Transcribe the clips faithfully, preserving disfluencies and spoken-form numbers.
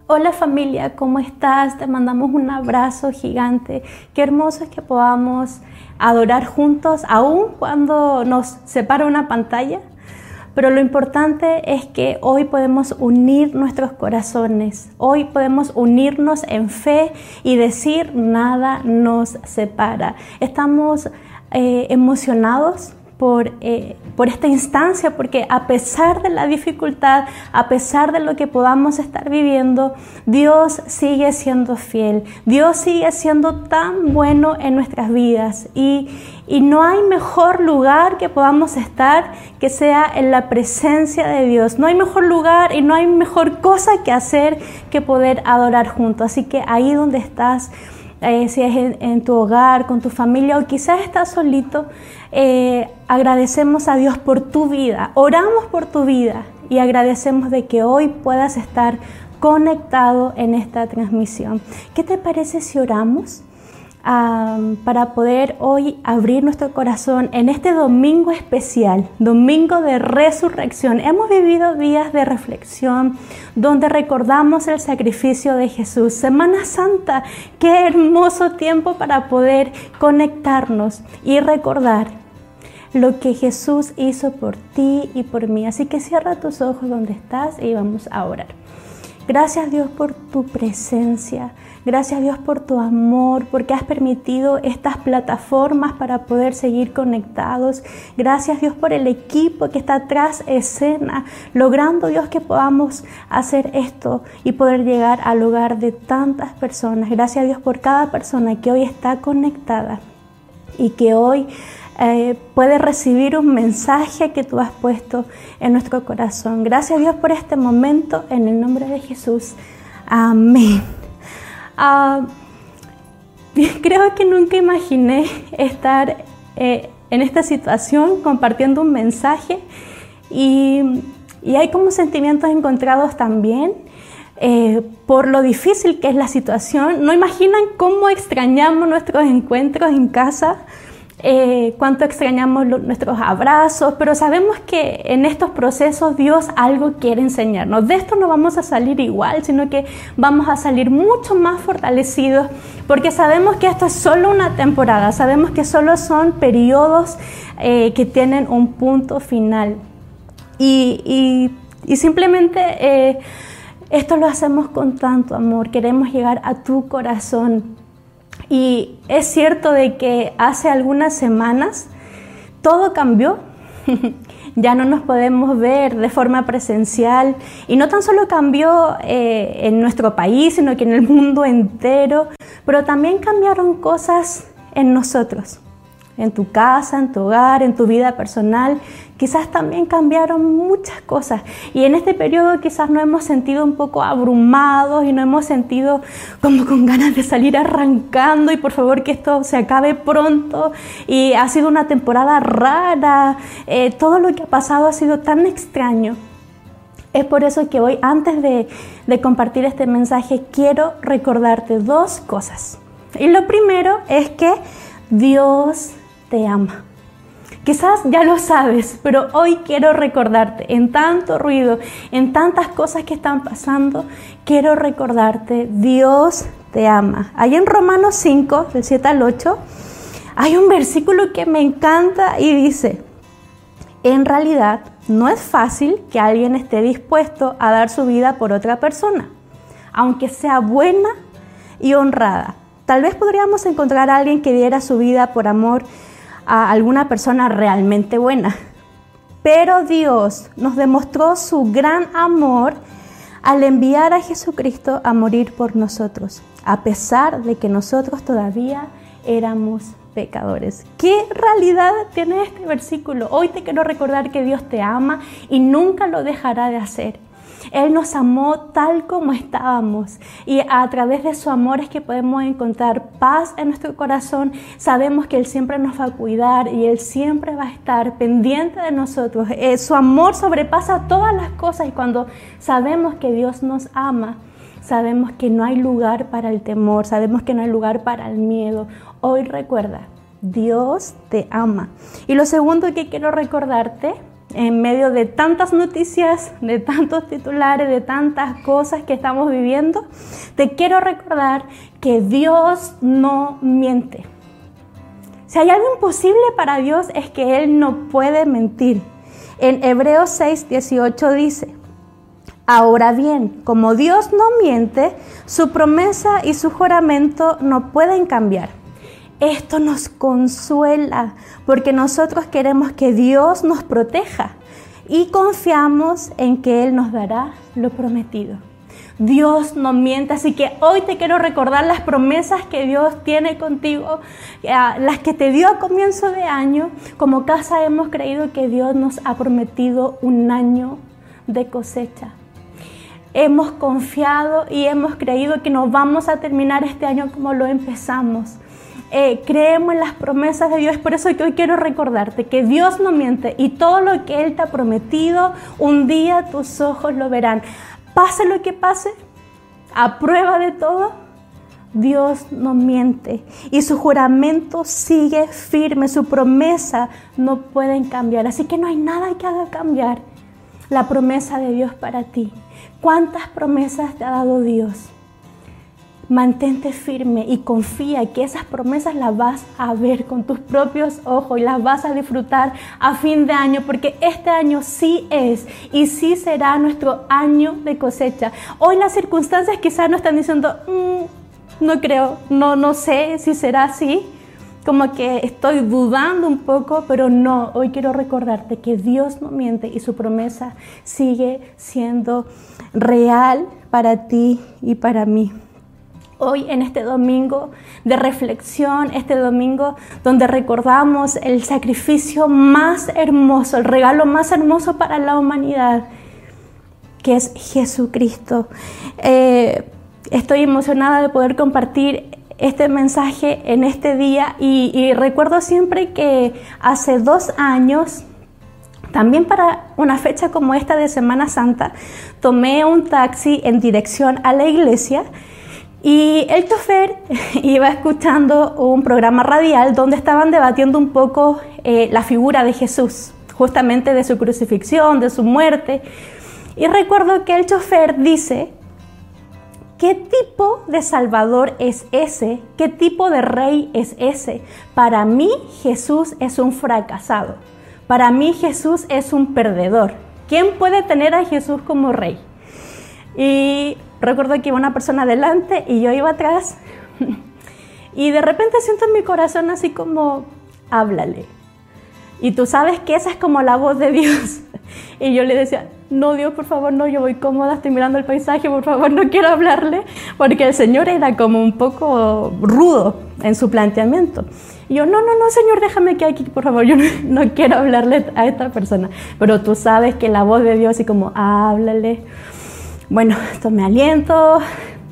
Hola familia, ¿cómo estás? Te mandamos un abrazo gigante. Qué hermoso es que podamos adorar juntos, aun cuando nos separa una pantalla. Pero lo importante es que hoy podemos unir nuestros corazones. Hoy podemos unirnos en fe y decir nada nos separa. Estamos eh, emocionados Por, eh, por esta instancia, porque a pesar de la dificultad, a pesar de lo que podamos estar viviendo, Dios sigue siendo fiel, Dios sigue siendo tan bueno en nuestras vidas y, y no hay mejor lugar que podamos estar que sea en la presencia de Dios. No hay mejor lugar y no hay mejor cosa que hacer que poder adorar juntos. Así que ahí donde estás, Eh, si es en, en tu hogar, con tu familia o quizás estás solito, eh, agradecemos a Dios por tu vida, oramos por tu vida y agradecemos de que hoy puedas estar conectado en esta transmisión. ¿Qué te parece si oramos um, para poder hoy abrir nuestro corazón en este domingo especial, domingo de resurrección? Hemos vivido días de reflexión donde recordamos el sacrificio de Jesús. Semana Santa, qué hermoso tiempo para poder conectarnos y recordar lo que Jesús hizo por ti y por mí. Así que cierra tus ojos donde estás y vamos a orar. Gracias Dios por tu presencia, gracias Dios por tu amor, porque has permitido estas plataformas para poder seguir conectados. Gracias Dios por el equipo que está tras escena, logrando Dios que podamos hacer esto y poder llegar al hogar de tantas personas. Gracias Dios por cada persona que hoy está conectada y que hoy Eh, puede recibir un mensaje que tú has puesto en nuestro corazón. Gracias Dios por este momento, en el nombre de Jesús. Amén. Uh, creo que nunca imaginé estar eh, en esta situación compartiendo un mensaje y, y hay como sentimientos encontrados también. Eh, por lo difícil que es la situación. No imaginan cómo extrañamos nuestros encuentros en casa. Eh, cuánto extrañamos lo, nuestros abrazos, pero sabemos que en estos procesos Dios algo quiere enseñarnos. De esto no vamos a salir igual, sino que vamos a salir mucho más fortalecidos, porque sabemos que esto es solo una temporada, sabemos que solo son periodos eh, que tienen un punto final. Y, y, y simplemente eh, esto lo hacemos con tanto amor, queremos llegar a tu corazón. Y es cierto de que hace algunas semanas todo cambió. Ya no nos podemos ver de forma presencial y no tan solo cambió eh, en nuestro país, sino que en el mundo entero, pero también cambiaron cosas en nosotros, en tu casa, en tu hogar, en tu vida personal. Quizás también cambiaron muchas cosas y en este periodo quizás nos hemos sentido un poco abrumados y nos hemos sentido como con ganas de salir arrancando y por favor que esto se acabe pronto. Y ha sido una temporada rara, eh, todo lo que ha pasado ha sido tan extraño. Es por eso que hoy, antes de, de compartir este mensaje, quiero recordarte dos cosas. Y lo primero es que Dios te ama. Quizás ya lo sabes, pero hoy quiero recordarte, en tanto ruido, en tantas cosas que están pasando, quiero recordarte, Dios te ama. Ahí en Romanos cinco, del siete al ocho, hay un versículo que me encanta y dice: en realidad no es fácil que alguien esté dispuesto a dar su vida por otra persona, aunque sea buena y honrada. Tal vez podríamos encontrar a alguien que diera su vida por amor a alguna persona realmente buena. Pero Dios nos demostró su gran amor al enviar a Jesucristo a morir por nosotros, a pesar de que nosotros todavía éramos pecadores. ¿Qué realidad tiene este versículo? Hoy te quiero recordar que Dios te ama y nunca lo dejará de hacer. Él nos amó tal como estábamos y a través de su amor es que podemos encontrar paz en nuestro corazón. Sabemos que Él siempre nos va a cuidar y Él siempre va a estar pendiente de nosotros. Eh, su amor sobrepasa todas las cosas y cuando sabemos que Dios nos ama, sabemos que no hay lugar para el temor, sabemos que no hay lugar para el miedo. Hoy recuerda, Dios te ama. Y lo segundo que quiero recordarte en medio de tantas noticias, de tantos titulares, de tantas cosas que estamos viviendo, te quiero recordar que Dios no miente. Si hay algo imposible para Dios es que Él no puede mentir. En Hebreos seis, dieciocho dice: ahora bien, como Dios no miente, su promesa y su juramento no pueden cambiar. Esto nos consuela porque nosotros queremos que Dios nos proteja y confiamos en que Él nos dará lo prometido. Dios no miente, así que hoy te quiero recordar las promesas que Dios tiene contigo, las que te dio a comienzo de año. Como casa hemos creído que Dios nos ha prometido un año de cosecha. Hemos confiado y hemos creído que nos vamos a terminar este año como lo empezamos. Eh, creemos en las promesas de Dios, por eso que hoy quiero recordarte que Dios no miente y todo lo que Él te ha prometido, un día tus ojos lo verán. Pase lo que pase, a prueba de todo, Dios no miente y su juramento sigue firme, su promesa no pueden cambiar, así que no hay nada que haga cambiar la promesa de Dios para ti. ¿Cuántas promesas te ha dado Dios? Mantente firme y confía que esas promesas las vas a ver con tus propios ojos y las vas a disfrutar a fin de año, porque este año sí es y sí será nuestro año de cosecha. Hoy las circunstancias quizás nos están diciendo, mmm, no creo, no, no sé si será así, como que estoy dudando un poco, pero no, hoy quiero recordarte que Dios no miente y su promesa sigue siendo real para ti y para mí. Hoy en este domingo de reflexión, este domingo donde recordamos el sacrificio más hermoso, el regalo más hermoso para la humanidad, que es Jesucristo. Eh, estoy emocionada de poder compartir este mensaje en este día y, y recuerdo siempre que hace dos años, también para una fecha como esta de Semana Santa, tomé un taxi en dirección a la iglesia. Y el chofer iba escuchando un programa radial donde estaban debatiendo un poco eh, la figura de Jesús, justamente de su crucifixión, de su muerte. Y recuerdo que el chofer dice, ¿qué tipo de Salvador es ese? ¿Qué tipo de rey es ese? Para mí Jesús es un fracasado. Para mí Jesús es un perdedor. ¿Quién puede tener a Jesús como rey? Y recuerdo que iba una persona adelante y yo iba atrás y de repente siento en mi corazón así como, háblale. Y tú sabes que esa es como la voz de Dios. Y yo le decía, no Dios, por favor, no, yo voy cómoda, estoy mirando el paisaje, por favor, no quiero hablarle. Porque el Señor era como un poco rudo en su planteamiento. Y yo, no, no, no, Señor, déjame que aquí, por favor, yo no, no quiero hablarle a esta persona. Pero tú sabes que la voz de Dios así como, háblale. Bueno, tomé aliento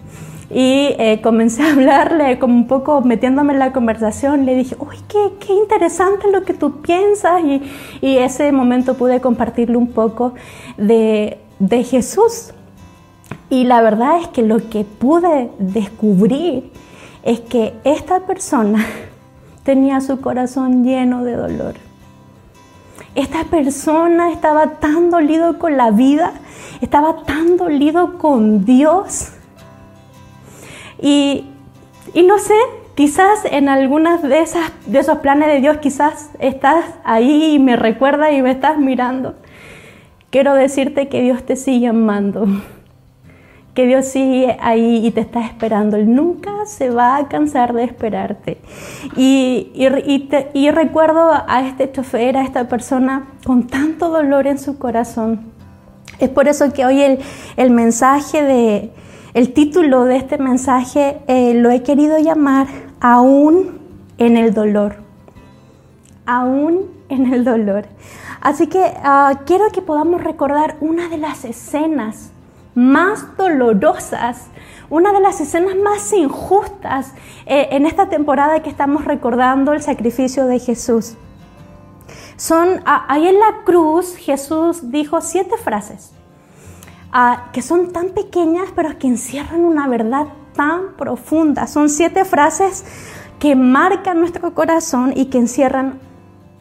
y eh, comencé a hablarle como un poco metiéndome en la conversación. Le dije, uy, qué, qué interesante lo que tú piensas. Y, y ese momento pude compartirle un poco de, de Jesús. Y la verdad es que lo que pude descubrir es que esta persona tenía su corazón lleno de dolor. Esta persona estaba tan dolido con la vida, estaba tan dolido con Dios. Y, y no sé, quizás en algunas de, esas, de esos planes de Dios, quizás estás ahí y me recuerdas y me estás mirando. Quiero decirte que Dios te sigue amando, que Dios sigue ahí y te está esperando. Él nunca se va a cansar de esperarte. Y, y, y, te, y recuerdo a este chofer, a esta persona con tanto dolor en su corazón. Es por eso que hoy el, el mensaje, de, el título de este mensaje eh, lo he querido llamar Aún en el dolor. Aún en el dolor. Así que uh, quiero que podamos recordar una de las escenas más dolorosas, una de las escenas más injustas eh, en esta temporada que estamos recordando el sacrificio de Jesús. Son, ah, ahí en la cruz Jesús dijo siete frases ah, que son tan pequeñas pero que encierran una verdad tan profunda. Son siete frases que marcan nuestro corazón y que encierran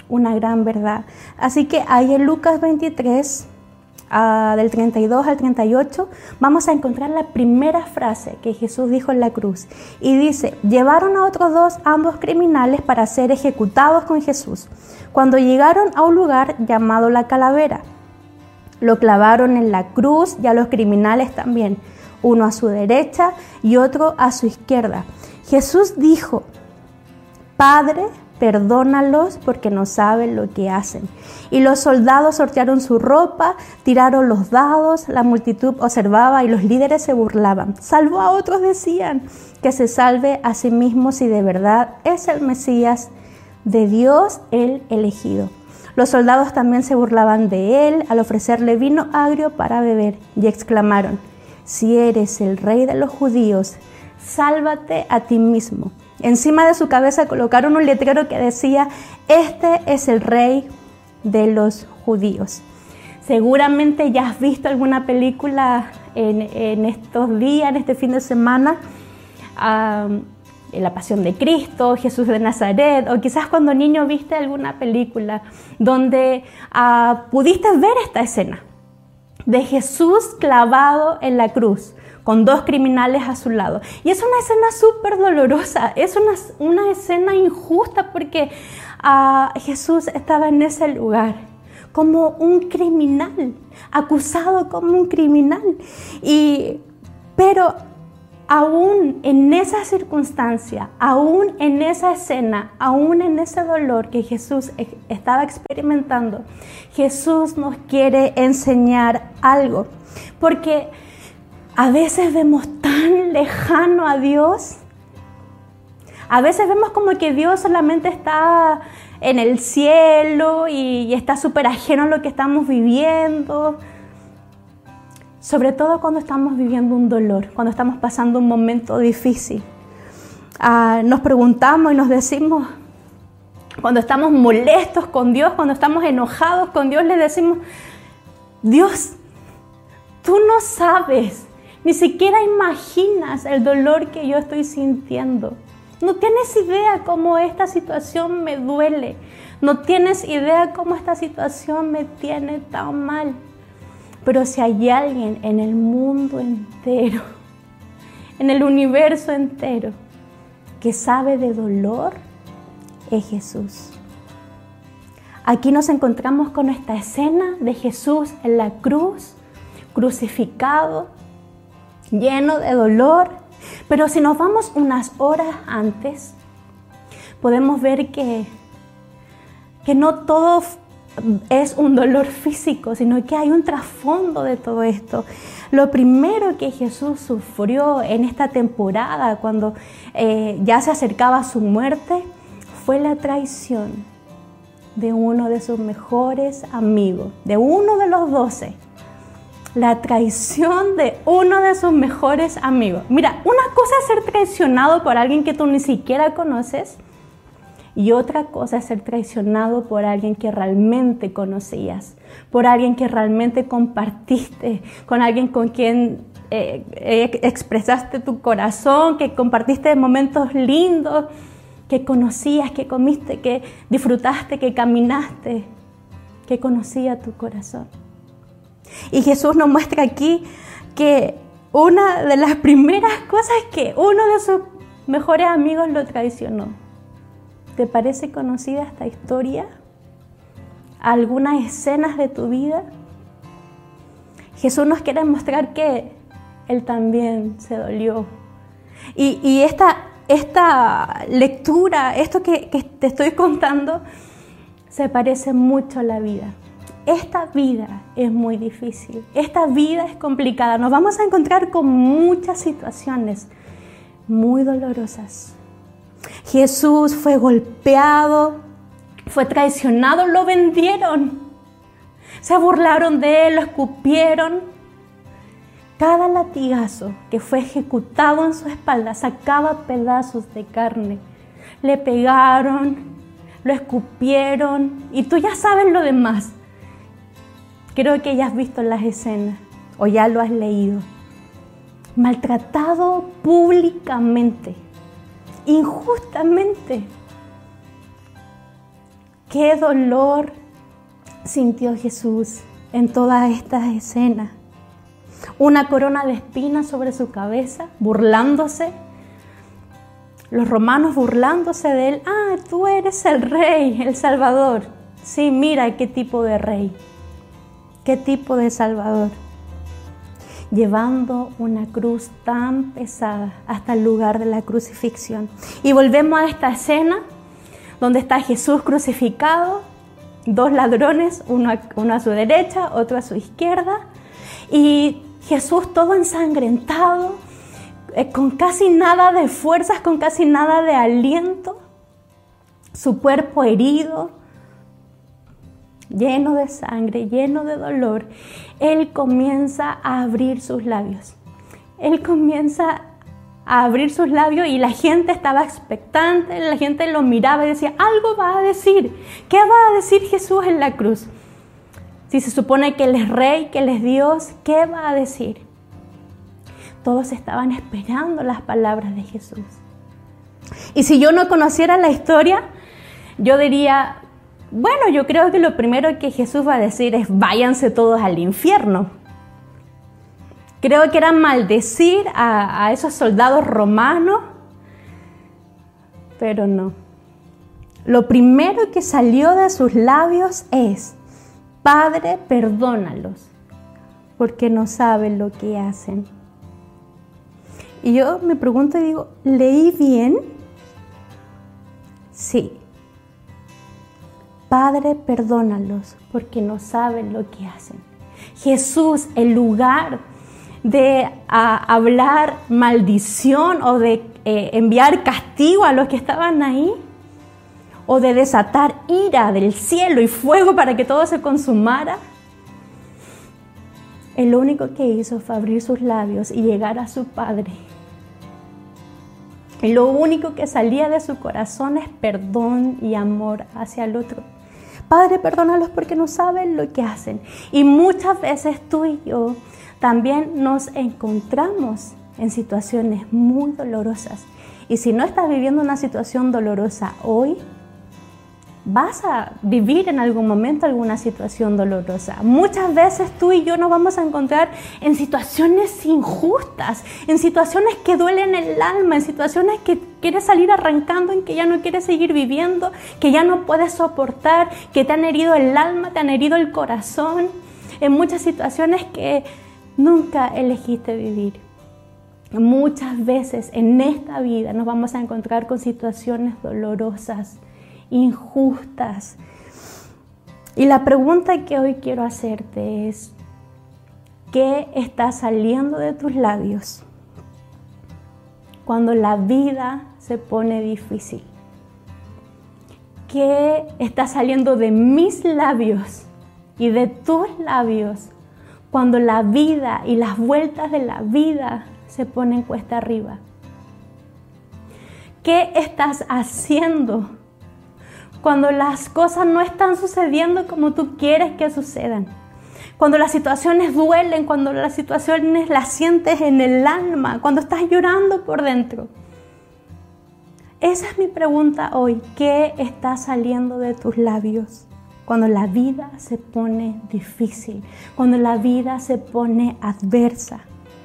una gran verdad. Así que ahí en Lucas veintitrés, uh, del treinta y dos al treinta y ocho, vamos a encontrar la primera frase que Jesús dijo en la cruz. Y dice, llevaron a otros dos, ambos criminales, para ser ejecutados con Jesús. Cuando llegaron a un lugar llamado La Calavera, lo clavaron en la cruz y a los criminales también, uno a su derecha y otro a su izquierda. Jesús dijo, Padre, perdónalos porque no saben lo que hacen. Y los soldados sortearon su ropa, tiraron los dados, la multitud observaba y los líderes se burlaban. Salvó a otros, decían, que se salve a sí mismo si de verdad es el Mesías de Dios, el elegido. Los soldados también se burlaban de él al ofrecerle vino agrio para beber y exclamaron, si eres el rey de los judíos, sálvate a ti mismo. Encima de su cabeza colocaron un letrero que decía, este es el rey de los judíos. Seguramente ya has visto alguna película en, en estos días, en este fin de semana, um, La Pasión de Cristo, Jesús de Nazaret, o quizás cuando niño viste alguna película donde uh, pudiste ver esta escena de Jesús clavado en la cruz, con dos criminales a su lado. Y es una escena súper dolorosa, es una, una escena injusta porque uh, Jesús estaba en ese lugar como un criminal, acusado como un criminal. Y, pero aún en esa circunstancia, aún en esa escena, aún en ese dolor que Jesús estaba experimentando, Jesús nos quiere enseñar algo, porque a veces vemos tan lejano a Dios. A veces vemos como que Dios solamente está en el cielo y, y está súper ajeno a lo que estamos viviendo. Sobre todo cuando estamos viviendo un dolor, cuando estamos pasando un momento difícil. Uh, nos preguntamos y nos decimos, cuando estamos molestos con Dios, cuando estamos enojados con Dios, le decimos, Dios, tú no sabes. Ni siquiera imaginas el dolor que yo estoy sintiendo. No tienes idea cómo esta situación me duele. No tienes idea cómo esta situación me tiene tan mal. Pero si hay alguien en el mundo entero, en el universo entero, que sabe de dolor, es Jesús. Aquí nos encontramos con esta escena de Jesús en la cruz, crucificado, lleno de dolor, pero si nos vamos unas horas antes, podemos ver que, que no todo es un dolor físico, sino que hay un trasfondo de todo esto. Lo primero que Jesús sufrió en esta temporada, cuando eh, ya se acercaba a su muerte, fue la traición de uno de sus mejores amigos, de uno de los doce. La traición de uno de sus mejores amigos. Mira, una cosa es ser traicionado por alguien que tú ni siquiera conoces y otra cosa es ser traicionado por alguien que realmente conocías, por alguien que realmente compartiste, con alguien con quien eh, eh, expresaste tu corazón, que compartiste momentos lindos, que conocías, que comiste, que disfrutaste, que caminaste, que conocía tu corazón. Y Jesús nos muestra aquí que una de las primeras cosas es que uno de sus mejores amigos lo traicionó. ¿Te parece conocida esta historia? ¿Algunas escenas de tu vida? Jesús nos quiere mostrar que Él también se dolió. Y, y esta, esta lectura, esto que, que te estoy contando, se parece mucho a la vida. Esta vida es muy difícil, esta vida es complicada. Nos vamos a encontrar con muchas situaciones muy dolorosas. Jesús fue golpeado, fue traicionado, lo vendieron. Se burlaron de él, lo escupieron. Cada latigazo que fue ejecutado en su espalda sacaba pedazos de carne. Le pegaron, lo escupieron y tú ya sabes lo demás. Creo que ya has visto las escenas o ya lo has leído. Maltratado públicamente, injustamente. qué dolor sintió Jesús en toda esta escena. Una corona de espinas sobre su cabeza, burlándose. Los romanos burlándose de él. Ah, tú eres el rey, el salvador. Sí, mira qué tipo de rey, qué tipo de salvador. Llevando una cruz tan pesada hasta el lugar de la crucifixión. Y volvemos a esta escena donde está Jesús crucificado, dos ladrones, uno a, uno a su derecha, otro a su izquierda, y Jesús todo ensangrentado, eh, con casi nada de fuerzas, con casi nada de aliento, su cuerpo herido, lleno de sangre, lleno de dolor. Él comienza a abrir sus labios. Él comienza a abrir sus labios y la gente estaba expectante, la gente lo miraba y decía, algo va a decir. ¿Qué va a decir Jesús en la cruz? Si se supone que Él es rey, que Él es Dios, ¿qué va a decir? Todos estaban esperando las palabras de Jesús. Y si yo no conociera la historia, yo diría, bueno, yo creo que lo primero que Jesús va a decir es, váyanse todos al infierno. Creo que era maldecir a, a esos soldados romanos, pero no. Lo primero que salió de sus labios es, Padre, perdónalos, porque no saben lo que hacen. Y yo me pregunto y digo, ¿leí bien? Sí. Padre, perdónalos, porque no saben lo que hacen. Jesús, en lugar de a, hablar maldición o de eh, enviar castigo a los que estaban ahí, o de desatar ira del cielo y fuego para que todo se consumara, Él lo único que hizo fue abrir sus labios y llegar a su Padre. Y lo único que salía de su corazón es perdón y amor hacia el otro. Padre, perdónalos porque no saben lo que hacen. Y muchas veces tú y yo también nos encontramos en situaciones muy dolorosas. Y si no estás viviendo una situación dolorosa hoy, vas a vivir en algún momento alguna situación dolorosa. Muchas veces tú y yo nos vamos a encontrar en situaciones injustas, en situaciones que duelen el alma, en situaciones que quieres salir arrancando, en que ya no quieres seguir viviendo, que ya no puedes soportar, que te han herido el alma, te han herido el corazón, en muchas situaciones que nunca elegiste vivir. Muchas veces en esta vida nos vamos a encontrar con situaciones dolorosas, injustas. Y la pregunta que hoy quiero hacerte es, ¿qué está saliendo de tus labios cuando la vida se pone difícil? ¿Qué está saliendo de mis labios y de tus labios cuando la vida y las vueltas de la vida se ponen cuesta arriba? ¿Qué estás haciendo cuando las cosas no están sucediendo como tú quieres que sucedan? Cuando las situaciones duelen, cuando las situaciones las sientes en el alma, cuando estás llorando por dentro. Esa es mi pregunta hoy. ¿Qué está saliendo de tus labios cuando la vida se pone difícil, cuando la vida se pone adversa?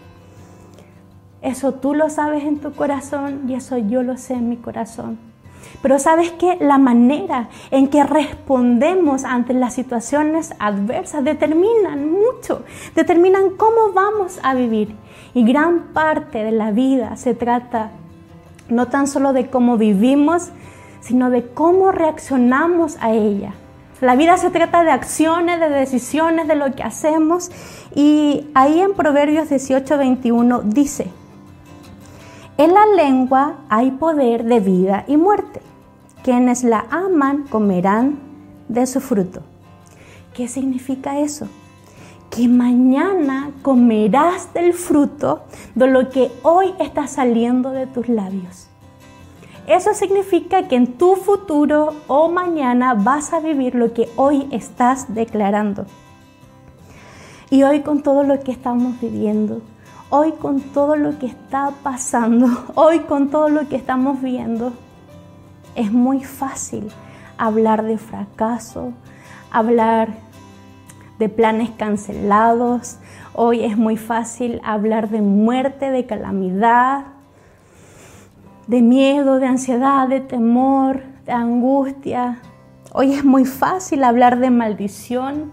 Eso tú lo sabes en tu corazón y eso yo lo sé en mi corazón. Pero ¿sabes qué? La manera en que respondemos ante las situaciones adversas determinan mucho, determinan cómo vamos a vivir. Y gran parte de la vida se trata no tan solo de cómo vivimos, sino de cómo reaccionamos a ella. La vida se trata de acciones, de decisiones, de lo que hacemos. Y ahí en Proverbios dieciocho veintiuno dice, en la lengua hay poder de vida y muerte. Quienes la aman comerán de su fruto. ¿Qué significa eso? Que mañana comerás del fruto de lo que hoy está saliendo de tus labios. Eso significa que en tu futuro o mañana vas a vivir lo que hoy estás declarando. Y hoy con todo lo que estamos viviendo, hoy con todo lo que está pasando, hoy con todo lo que estamos viendo, es muy fácil hablar de fracaso, hablar de planes cancelados. Hoy es muy fácil hablar de muerte, de calamidad, de miedo, de ansiedad, de temor, de angustia. Hoy es muy fácil hablar de maldición.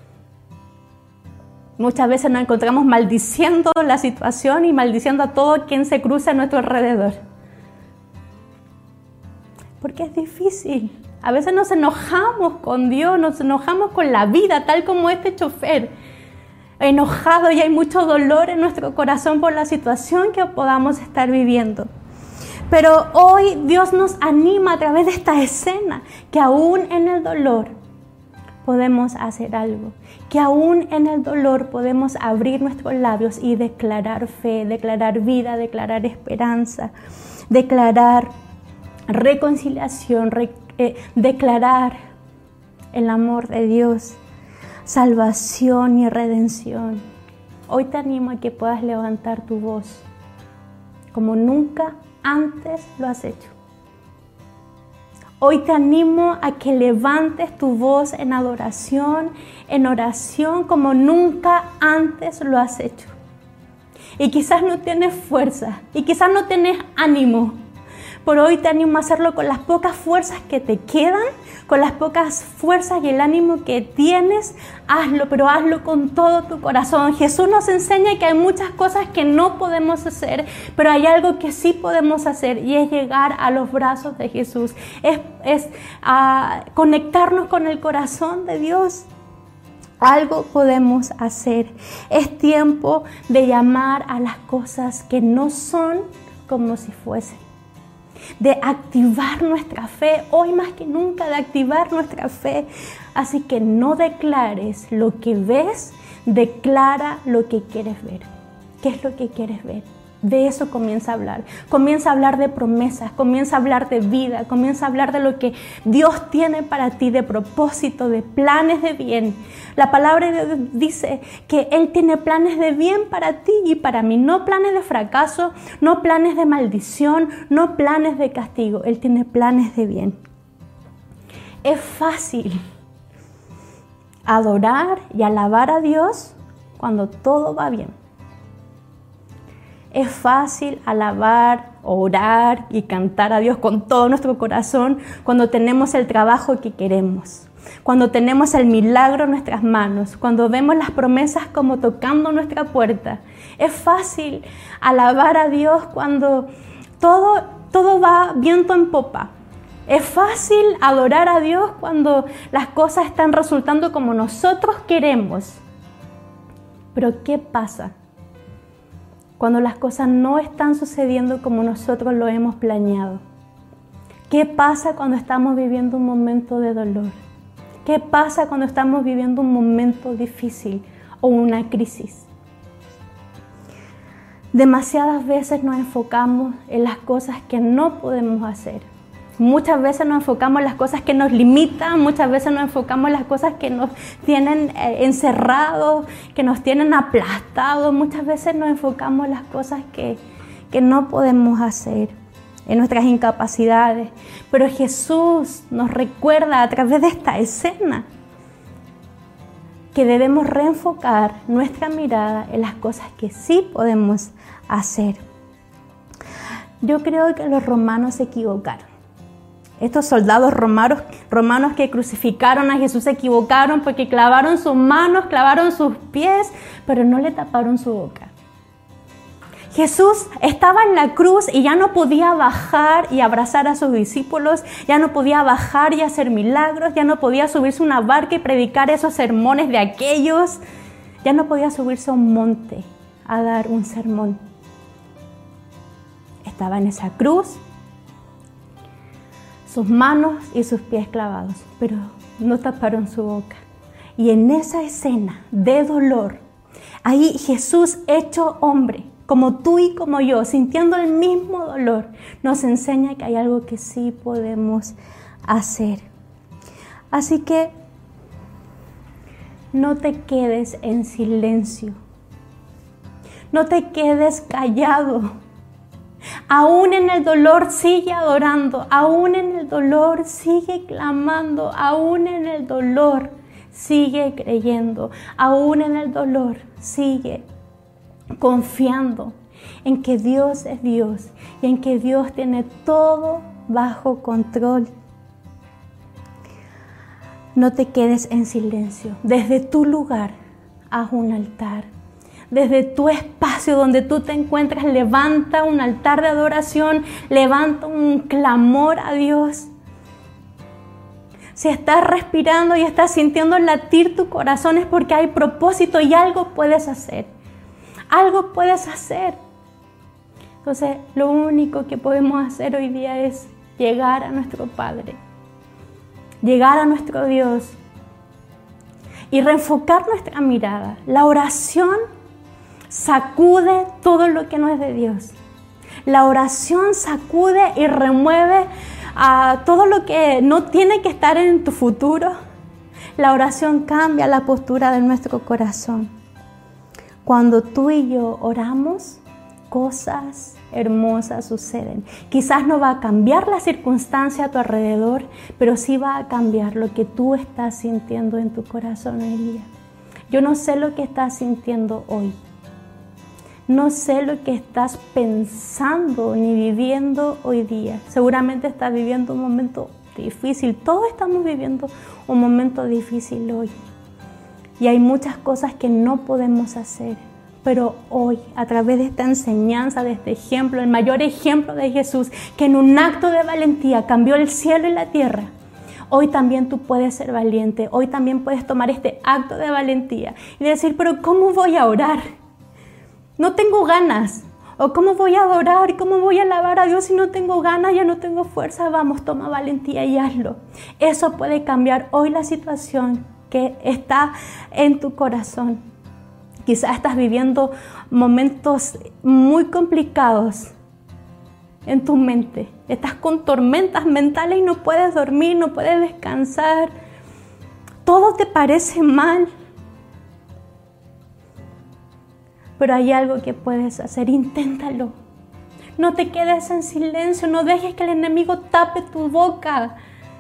Muchas veces nos encontramos maldiciendo la situación y maldiciendo a todo quien se cruza a nuestro alrededor. Porque es difícil. A veces nos enojamos con Dios, nos enojamos con la vida, tal como este chofer. Enojado, y hay mucho dolor en nuestro corazón por la situación que podamos estar viviendo. Pero hoy Dios nos anima a través de esta escena que aún en el dolor podemos hacer algo, que aún en el dolor podemos abrir nuestros labios y declarar fe, declarar vida, declarar esperanza, declarar reconciliación, re, eh, declarar el amor de Dios, salvación y redención. Hoy te animo a que puedas levantar tu voz como nunca antes lo has hecho. Hoy te animo a que levantes tu voz en adoración, en oración, como nunca antes lo has hecho. Y quizás no tienes fuerza, y quizás no tienes ánimo, pero hoy te animo a hacerlo con las pocas fuerzas que te quedan, con las pocas fuerzas y el ánimo que tienes. Hazlo, pero hazlo con todo tu corazón. Jesús nos enseña que hay muchas cosas que no podemos hacer, pero hay algo que sí podemos hacer, y es llegar a los brazos de Jesús. Es, es uh, conectarnos con el corazón de Dios. Algo podemos hacer. Es tiempo de llamar a las cosas que no son como si fuesen. De activar nuestra fe, hoy más que nunca, de activar nuestra fe. Así que no declares lo que ves, declara lo que quieres ver. ¿Qué es lo que quieres ver? De eso comienza a hablar. Comienza a hablar de promesas, comienza a hablar de vida, comienza a hablar de lo que Dios tiene para ti, de propósito, de planes de bien. La palabra de Dios dice que Él tiene planes de bien para ti y para mí. No planes de fracaso, no planes de maldición, no planes de castigo. Él tiene planes de bien. Es fácil adorar y alabar a Dios cuando todo va bien. Es fácil alabar, orar y cantar a Dios con todo nuestro corazón cuando tenemos el trabajo que queremos, cuando tenemos el milagro en nuestras manos, cuando vemos las promesas como tocando nuestra puerta. Es fácil alabar a Dios cuando todo, todo va viento en popa. Es fácil adorar a Dios cuando las cosas están resultando como nosotros queremos. Pero ¿qué pasa cuando las cosas no están sucediendo como nosotros lo hemos planeado? ¿Qué pasa cuando estamos viviendo un momento de dolor? ¿Qué pasa cuando estamos viviendo un momento difícil o una crisis? Demasiadas veces nos enfocamos en las cosas que no podemos hacer. Muchas veces nos enfocamos en las cosas que nos limitan, muchas veces nos enfocamos en las cosas que nos tienen eh, encerrados, que nos tienen aplastados. Muchas veces nos enfocamos en las cosas que, que no podemos hacer, en nuestras incapacidades. Pero Jesús nos recuerda a través de esta escena que debemos reenfocar nuestra mirada en las cosas que sí podemos hacer. Yo creo que los romanos se equivocaron. Estos soldados romanos, romanos que crucificaron a Jesús se equivocaron porque clavaron sus manos, clavaron sus pies, pero no le taparon su boca. Jesús estaba en la cruz y ya no podía bajar y abrazar a sus discípulos, ya no podía bajar y hacer milagros, ya no podía subirse a una barca y predicar esos sermones de aquellos, ya no podía subirse a un monte a dar un sermón. Estaba en esa cruz, sus manos y sus pies clavados, pero no taparon su boca. Y en esa escena de dolor, ahí Jesús hecho hombre, como tú y como yo, sintiendo el mismo dolor, nos enseña que hay algo que sí podemos hacer. Así que no te quedes en silencio, no te quedes callado. Aún en el dolor sigue adorando, aún en el dolor sigue clamando, aún en el dolor sigue creyendo, aún en el dolor sigue confiando en que Dios es Dios y en que Dios tiene todo bajo control. No te quedes en silencio. Desde tu lugar, haz un altar. Desde tu espacio donde tú te encuentras, levanta un altar de adoración, levanta un clamor a Dios. Si estás respirando y estás sintiendo latir tu corazón es porque hay propósito y algo puedes hacer. Algo puedes hacer. Entonces, lo único que podemos hacer hoy día es llegar a nuestro Padre, llegar a nuestro Dios y reenfocar nuestra mirada. La oración sacude todo lo que no es de Dios. La oración sacude y remueve a todo lo que no tiene que estar en tu futuro. La oración cambia la postura de nuestro corazón. Cuando tú y yo oramos, cosas hermosas suceden. Quizás no va a cambiar la circunstancia a tu alrededor, pero sí va a cambiar lo que tú estás sintiendo en tu corazón hoy día. Yo no sé lo que estás sintiendo hoy. No sé lo que estás pensando ni viviendo hoy día. Seguramente estás viviendo un momento difícil. Todos estamos viviendo un momento difícil hoy. Y hay muchas cosas que no podemos hacer. Pero hoy, a través de esta enseñanza, de este ejemplo, el mayor ejemplo de Jesús, que en un acto de valentía cambió el cielo y la tierra, hoy también tú puedes ser valiente. Hoy también puedes tomar este acto de valentía y decir, pero ¿cómo voy a orar? No tengo ganas. ¿O cómo voy a adorar? ¿Cómo voy a alabar a Dios si no tengo ganas, ya no tengo fuerza? Vamos, toma valentía y hazlo. Eso puede cambiar hoy la situación que está en tu corazón. Quizás estás viviendo momentos muy complicados en tu mente. Estás con tormentas mentales y no puedes dormir, no puedes descansar. Todo te parece mal. Pero hay algo que puedes hacer, inténtalo. No te quedes en silencio, no dejes que el enemigo tape tu boca.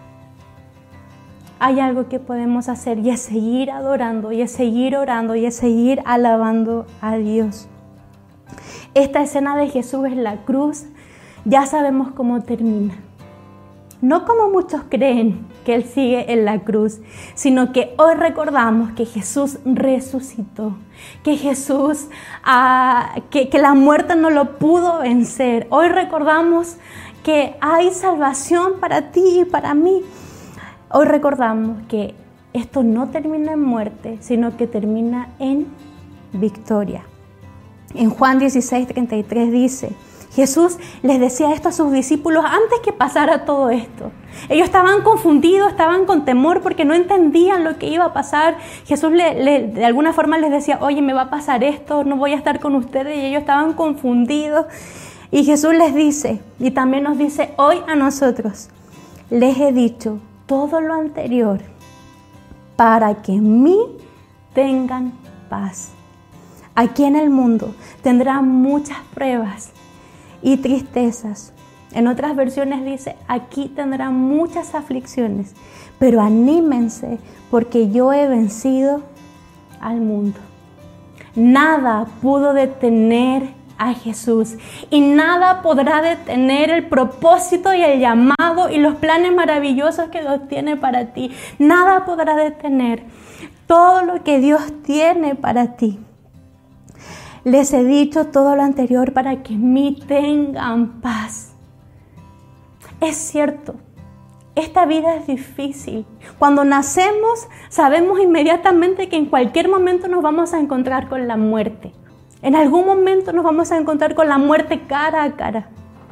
Hay algo que podemos hacer y es seguir adorando, y es seguir orando, y es seguir alabando a Dios. Esta escena de Jesús en la cruz, ya sabemos cómo termina. No como muchos creen que Él sigue en la cruz, sino que hoy recordamos que Jesús resucitó, que Jesús, ah, que, que la muerte no lo pudo vencer. Hoy recordamos que hay salvación para ti y para mí. Hoy recordamos que esto no termina en muerte, sino que termina en victoria. En Juan dieciséis, treinta y tres dice, Jesús les decía esto a sus discípulos antes que pasara todo esto. Ellos estaban confundidos, estaban con temor porque no entendían lo que iba a pasar. Jesús le, le, de alguna forma les decía, oye, me va a pasar esto, no voy a estar con ustedes. Y ellos estaban confundidos. Y Jesús les dice, y también nos dice hoy a nosotros, les he dicho todo lo anterior para que en mí tengan paz. Aquí en el mundo tendrán muchas pruebas y tristezas. En otras versiones dice, aquí tendrán muchas aflicciones, pero anímense porque yo he vencido al mundo. Nada pudo detener a Jesús y nada podrá detener el propósito y el llamado y los planes maravillosos que Dios tiene para ti. Nada podrá detener todo lo que Dios tiene para ti. Les he dicho todo lo anterior para que en mí tengan paz. Es cierto, esta vida es difícil. Cuando nacemos, sabemos inmediatamente que en cualquier momento nos vamos a encontrar con la muerte. En algún momento nos vamos a encontrar con la muerte cara a cara.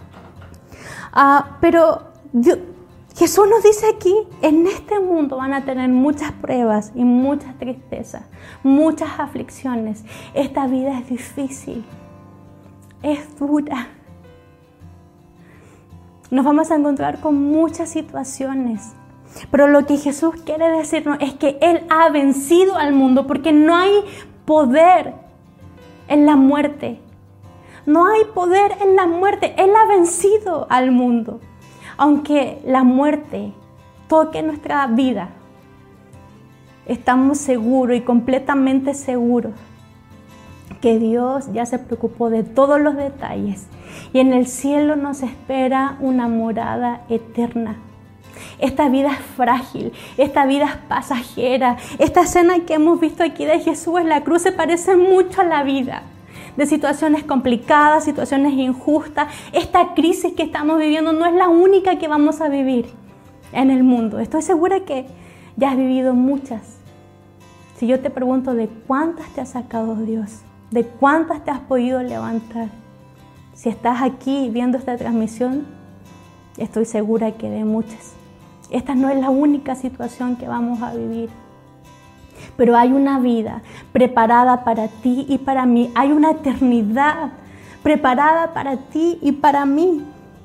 Ah, pero Dios, Jesús nos dice aquí, en este mundo van a tener muchas pruebas y muchas tristezas, muchas aflicciones. Esta vida es difícil, es dura. Nos vamos a encontrar con muchas situaciones. Pero lo que Jesús quiere decirnos es que Él ha vencido al mundo porque no hay poder en la muerte. No hay poder en la muerte. Él ha vencido al mundo. Aunque la muerte toque nuestra vida, estamos seguros y completamente seguros que Dios ya se preocupó de todos los detalles y en el cielo nos espera una morada eterna. Esta vida es frágil, esta vida es pasajera. Esta escena que hemos visto aquí de Jesús en la cruz se parece mucho a la vida, de situaciones complicadas, situaciones injustas. Esta crisis que estamos viviendo no es la única que vamos a vivir en el mundo. Estoy segura que ya has vivido muchas. Si yo te pregunto de cuántas te ha sacado Dios, de cuántas te has podido levantar, si estás aquí viendo esta transmisión, estoy segura que de muchas. Esta no es la única situación que vamos a vivir, pero hay una vida preparada para ti y para mí. Hay una eternidad preparada para ti y para mí.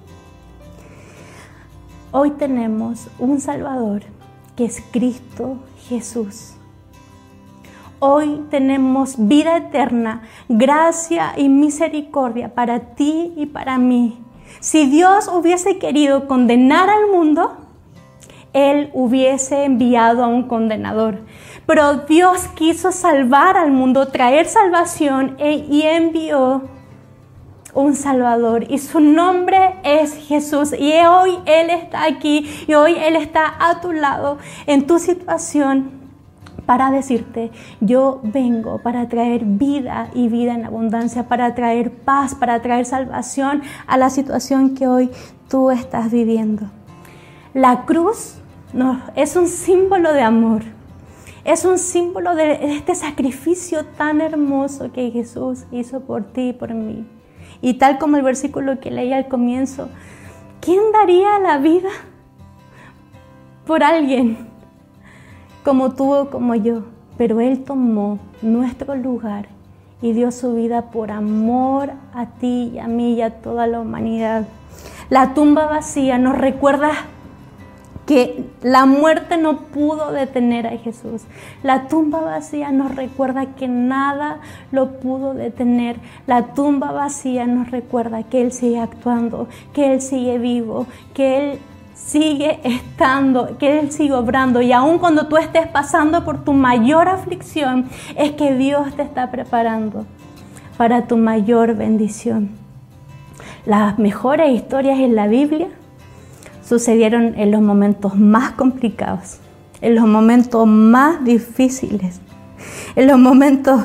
Hoy tenemos un Salvador que es Cristo Jesús. Hoy tenemos vida eterna, gracia y misericordia para ti y para mí. Si Dios hubiese querido condenar al mundo, Él hubiese enviado a un condenador. Pero Dios quiso salvar al mundo, traer salvación y envió un Salvador. Y su nombre es Jesús. Y hoy Él está aquí y hoy Él está a tu lado en tu situación, para decirte: yo vengo para traer vida y vida en abundancia, para traer paz, para traer salvación a la situación que hoy tú estás viviendo. La cruz no, es un símbolo de amor, es un símbolo de este sacrificio tan hermoso que Jesús hizo por ti y por mí. Y tal como el versículo que leí al comienzo, ¿quién daría la vida por alguien como tú o como yo? Pero Él tomó nuestro lugar y dio su vida por amor a ti y a mí y a toda la humanidad. La tumba vacía nos recuerda que la muerte no pudo detener a Jesús. La tumba vacía nos recuerda que nada lo pudo detener. La tumba vacía nos recuerda que Él sigue actuando, que Él sigue vivo, que Él sigue estando, que Él sigue obrando. Y aun cuando tú estés pasando por tu mayor aflicción, es que Dios te está preparando para tu mayor bendición. Las mejores historias en la Biblia sucedieron en los momentos más complicados, en los momentos más difíciles, en los momentos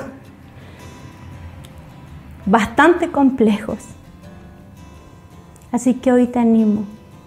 bastante complejos. Así que hoy te animo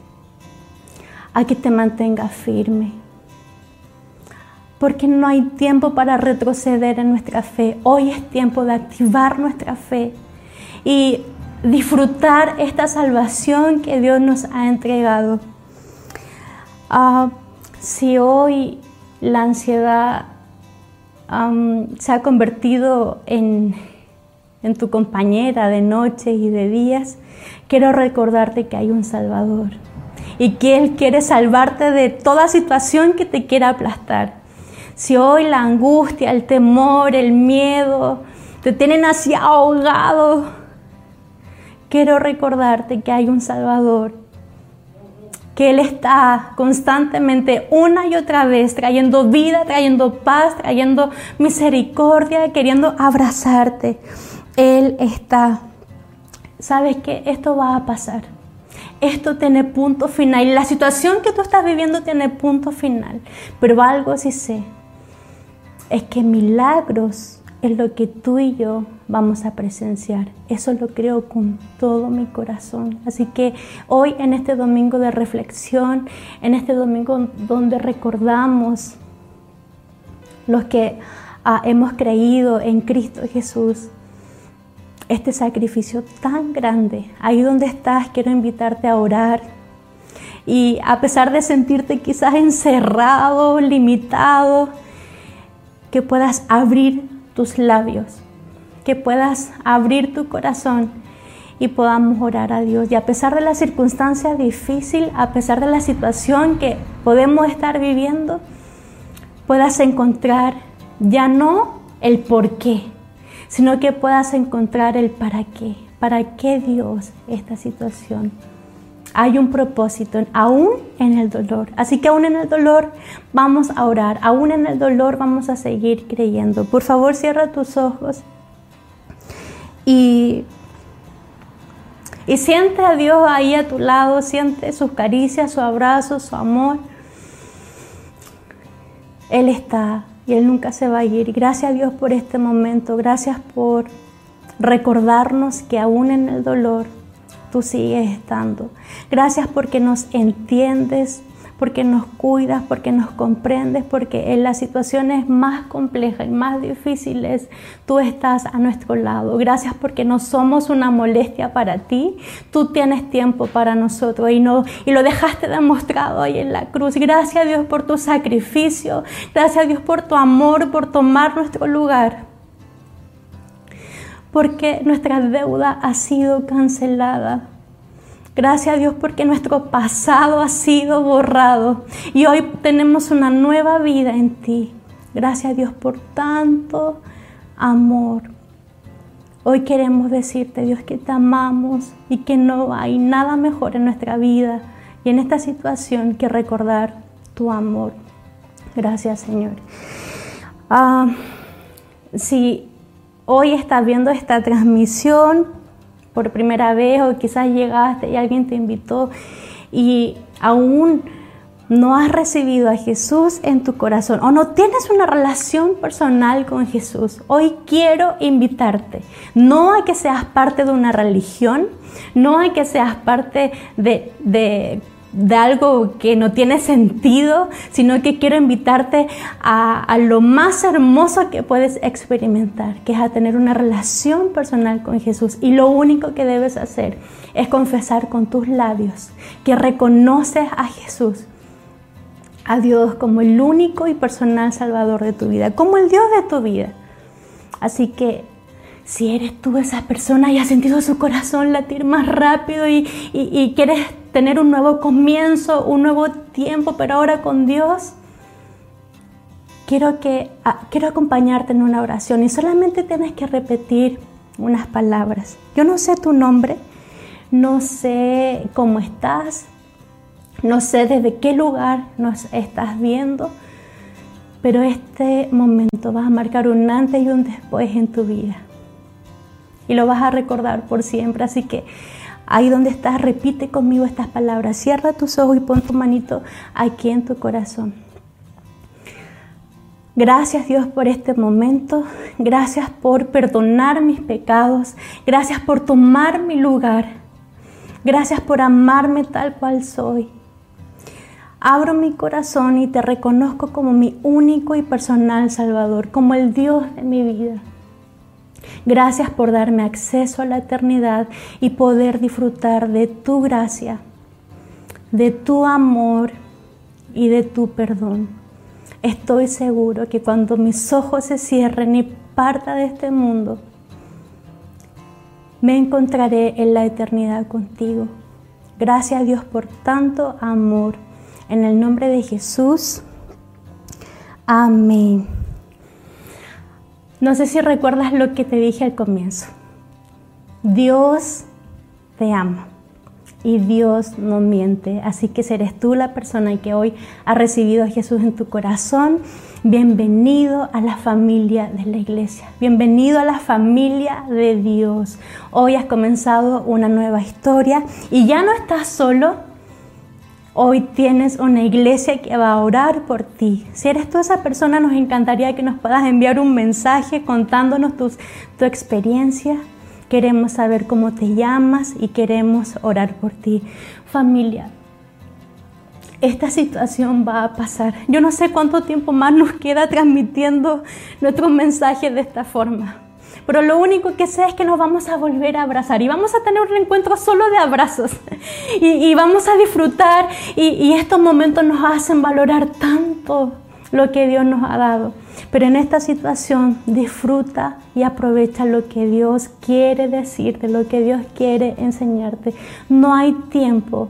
a que te mantengas firme, porque no hay tiempo para retroceder en nuestra fe. Hoy es tiempo de activar nuestra fe y disfrutar esta salvación que Dios nos ha entregado. Uh, si hoy la ansiedad um, se ha convertido en, en tu compañera de noches y de días, quiero recordarte que hay un Salvador y que Él quiere salvarte de toda situación que te quiera aplastar. Si hoy la angustia, el temor, el miedo te tienen así ahogado, quiero recordarte que hay un Salvador, que Él está constantemente una y otra vez trayendo vida, trayendo paz, trayendo misericordia, queriendo abrazarte. Él está. Sabes que esto va a pasar. Esto tiene punto final. Y la situación que tú estás viviendo tiene punto final. Pero algo sí sé, es que milagros es lo que tú y yo vamos a presenciar. Eso lo creo con todo mi corazón. Así que hoy, en este domingo de reflexión, en este domingo donde recordamos los que ah, hemos creído en Cristo Jesús, este sacrificio tan grande, ahí donde estás, quiero invitarte a orar. Y a pesar de sentirte quizás encerrado, limitado, que puedas abrir tus labios, que puedas abrir tu corazón y podamos orar a Dios. Y a pesar de la circunstancia difícil, a pesar de la situación que podemos estar viviendo, puedas encontrar ya no el por qué, sino que puedas encontrar el para qué. ¿Para qué Dios esta situación? Hay un propósito, aún en el dolor. Así que aún en el dolor vamos a orar, aún en el dolor vamos a seguir creyendo. Por favor, cierra tus ojos y, y siente a Dios ahí a tu lado, siente sus caricias, su abrazo, su amor. Él está y Él nunca se va a ir. Gracias a Dios por este momento, gracias por recordarnos que aún en el dolor tú sigues estando. Gracias porque nos entiendes, porque nos cuidas, porque nos comprendes, porque en las situaciones más complejas y más difíciles tú estás a nuestro lado. Gracias porque no somos una molestia para ti. Tú tienes tiempo para nosotros y, no, y lo dejaste demostrado ahí en la cruz. Gracias a Dios por tu sacrificio. Gracias a Dios por tu amor, por tomar nuestro lugar. Porque nuestra deuda ha sido cancelada. Gracias a Dios porque nuestro pasado ha sido borrado y hoy tenemos una nueva vida en ti. Gracias a Dios por tanto amor. Hoy queremos decirte, Dios, que te amamos y que no hay nada mejor en nuestra vida y en esta situación que recordar tu amor. Gracias, Señor. Ah, si hoy estás viendo esta transmisión por primera vez o quizás llegaste y alguien te invitó y aún no has recibido a Jesús en tu corazón o no tienes una relación personal con Jesús, hoy quiero invitarte, no a que seas parte de una religión, no a que seas parte de... de de algo que no tiene sentido, sino que quiero invitarte a, a lo más hermoso que puedes experimentar, que es a tener una relación personal con Jesús. Y lo único que debes hacer es confesar con tus labios que reconoces a Jesús, a Dios como el único y personal Salvador de tu vida, como el Dios de tu vida. Así que si eres tú esa persona y has sentido su corazón latir más rápido y, y, y quieres tener un nuevo comienzo, un nuevo tiempo, pero ahora con Dios, quiero, que, a, quiero acompañarte en una oración y solamente tienes que repetir unas palabras. Yo no sé tu nombre, no sé cómo estás, no sé desde qué lugar nos estás viendo, pero este momento va a marcar un antes y un después en tu vida. Y lo vas a recordar por siempre, así que ahí donde estás, repite conmigo estas palabras. Cierra tus ojos y pon tu manito aquí en tu corazón. Gracias, Dios, por este momento. Gracias por perdonar mis pecados. Gracias por tomar mi lugar. Gracias por amarme tal cual soy. Abro mi corazón y te reconozco como mi único y personal Salvador, como el Dios de mi vida. Gracias por darme acceso a la eternidad y poder disfrutar de tu gracia, de tu amor y de tu perdón. Estoy seguro que cuando mis ojos se cierren y parta de este mundo, me encontraré en la eternidad contigo. Gracias a Dios por tanto amor. En el nombre de Jesús. Amén. No sé si recuerdas lo que te dije al comienzo. Dios te ama y Dios no miente. Así que si eres tú la persona que hoy ha recibido a Jesús en tu corazón, bienvenido a la familia de la iglesia. Bienvenido a la familia de Dios. Hoy has comenzado una nueva historia y ya no estás solo. Hoy tienes una iglesia que va a orar por ti. Si eres tú esa persona, nos encantaría que nos puedas enviar un mensaje contándonos tus, tu experiencia. Queremos saber cómo te llamas y queremos orar por ti. Familia, esta situación va a pasar. Yo no sé cuánto tiempo más nos queda transmitiendo nuestros mensajes de esta forma. Pero lo único que sé es que nos vamos a volver a abrazar y vamos a tener un encuentro solo de abrazos y, y vamos a disfrutar y, y estos momentos nos hacen valorar tanto lo que Dios nos ha dado. Pero en esta situación disfruta y aprovecha lo que Dios quiere decirte, lo que Dios quiere enseñarte. No hay tiempo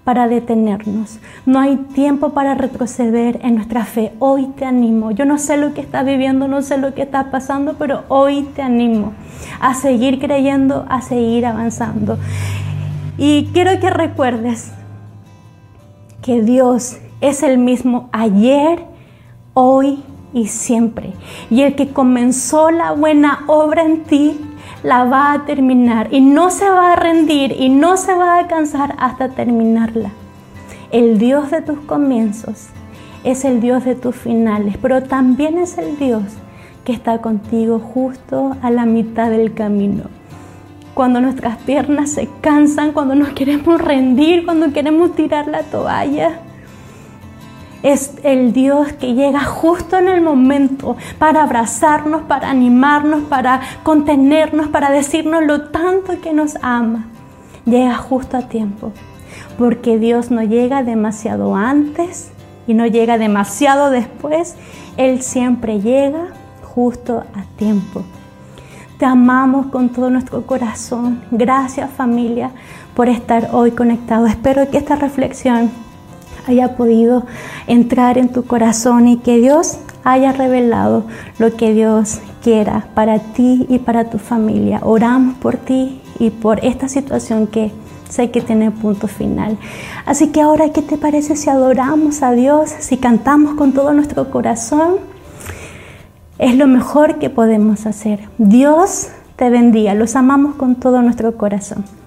para detenernos, no hay tiempo para retroceder en nuestra fe. Hoy te animo, yo no sé lo que estás viviendo, no sé lo que está pasando, pero hoy te animo a seguir creyendo, a seguir avanzando. Y quiero que recuerdes que Dios es el mismo ayer, hoy y siempre. Y el que comenzó la buena obra en ti, la va a terminar y no se va a rendir y no se va a cansar hasta terminarla. El Dios de tus comienzos es el Dios de tus finales, pero también es el Dios que está contigo justo a la mitad del camino. Cuando nuestras piernas se cansan, cuando nos queremos rendir, cuando queremos tirar la toalla, es el Dios que llega justo en el momento para abrazarnos, para animarnos, para contenernos, para decirnos lo tanto que nos ama. Llega justo a tiempo, porque Dios no llega demasiado antes y no llega demasiado después. Él siempre llega justo a tiempo. Te amamos con todo nuestro corazón. Gracias, familia, por estar hoy conectados. Espero que esta reflexión haya podido entrar en tu corazón y que Dios haya revelado lo que Dios quiera para ti y para tu familia. Oramos por ti y por esta situación que sé que tiene punto final. Así que ahora, ¿qué te parece si adoramos a Dios, si cantamos con todo nuestro corazón? Es lo mejor que podemos hacer. Dios te bendiga. Los amamos con todo nuestro corazón.